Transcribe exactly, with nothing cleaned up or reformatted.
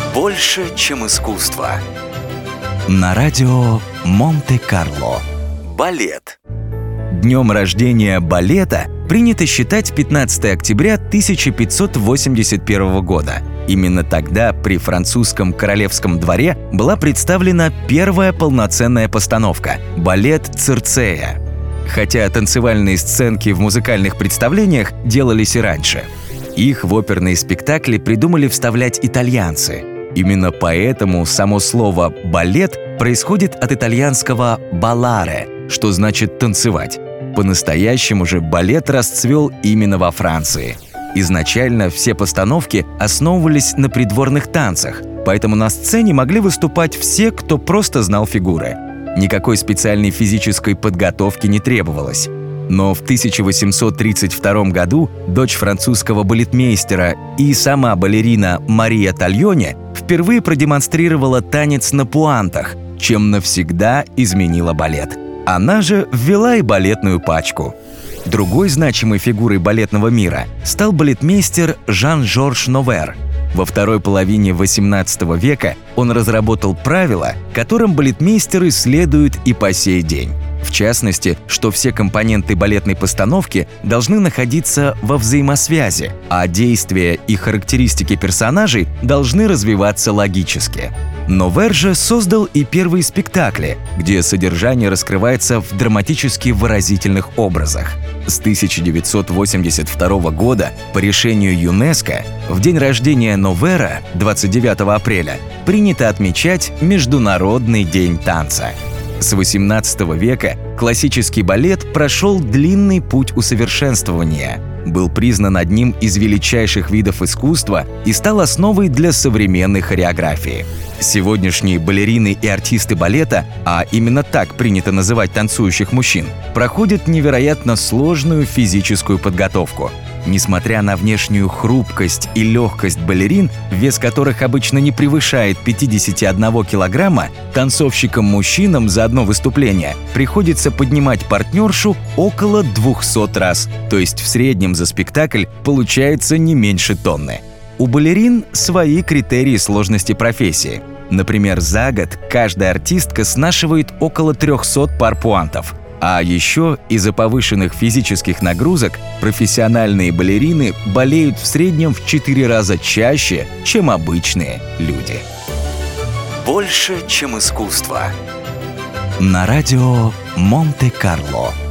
Больше, чем искусство. На радио Монте-Карло. Балет. Днем рождения балета принято считать пятнадцатое октября тысяча пятьсот восемьдесят первого года. Именно тогда при французском королевском дворе была представлена первая полноценная постановка – балет «Цирцея». Хотя танцевальные сценки в музыкальных представлениях делались и раньше. Их в оперные спектакли придумали вставлять итальянцы. Именно поэтому само слово «балет» происходит от итальянского «балларе», что значит «танцевать». По-настоящему же балет расцвел именно во Франции. Изначально все постановки основывались на придворных танцах, поэтому на сцене могли выступать все, кто просто знал фигуры. Никакой специальной физической подготовки не требовалось. Но в тысяча восемьсот тридцать втором году дочь французского балетмейстера и сама балерина Мария Тальоне впервые продемонстрировала танец на пуантах, чем навсегда изменила балет. Она же ввела и балетную пачку. Другой значимой фигурой балетного мира стал балетмейстер Жан-Жорж Новер. Во второй половине восемнадцатого века он разработал правила, которым балетмейстеры следуют и по сей день. В частности, что все компоненты балетной постановки должны находиться во взаимосвязи, а действия и характеристики персонажей должны развиваться логически. Новер же создал и первые спектакли, где содержание раскрывается в драматически выразительных образах. С тысяча девятьсот восемьдесят второго года по решению ЮНЕСКО в день рождения Новера, двадцать девятого апреля, принято отмечать Международный день танца. С восемнадцатого века классический балет прошел длинный путь усовершенствования, был признан одним из величайших видов искусства и стал основой для современной хореографии. Сегодняшние балерины и артисты балета, а именно так принято называть танцующих мужчин, проходят невероятно сложную физическую подготовку. Несмотря на внешнюю хрупкость и легкость балерин, вес которых обычно не превышает пятьдесят один килограмма, танцовщикам-мужчинам за одно выступление приходится поднимать партнершу около двухсот раз, то есть в среднем за спектакль получается не меньше тонны. У балерин свои критерии сложности профессии. Например, за год каждая артистка снашивает около трехсот пар пуантов. А еще из-за повышенных физических нагрузок профессиональные балерины болеют в среднем в четыре раза чаще, чем обычные люди. Больше, чем искусство. На радио Монте-Карло.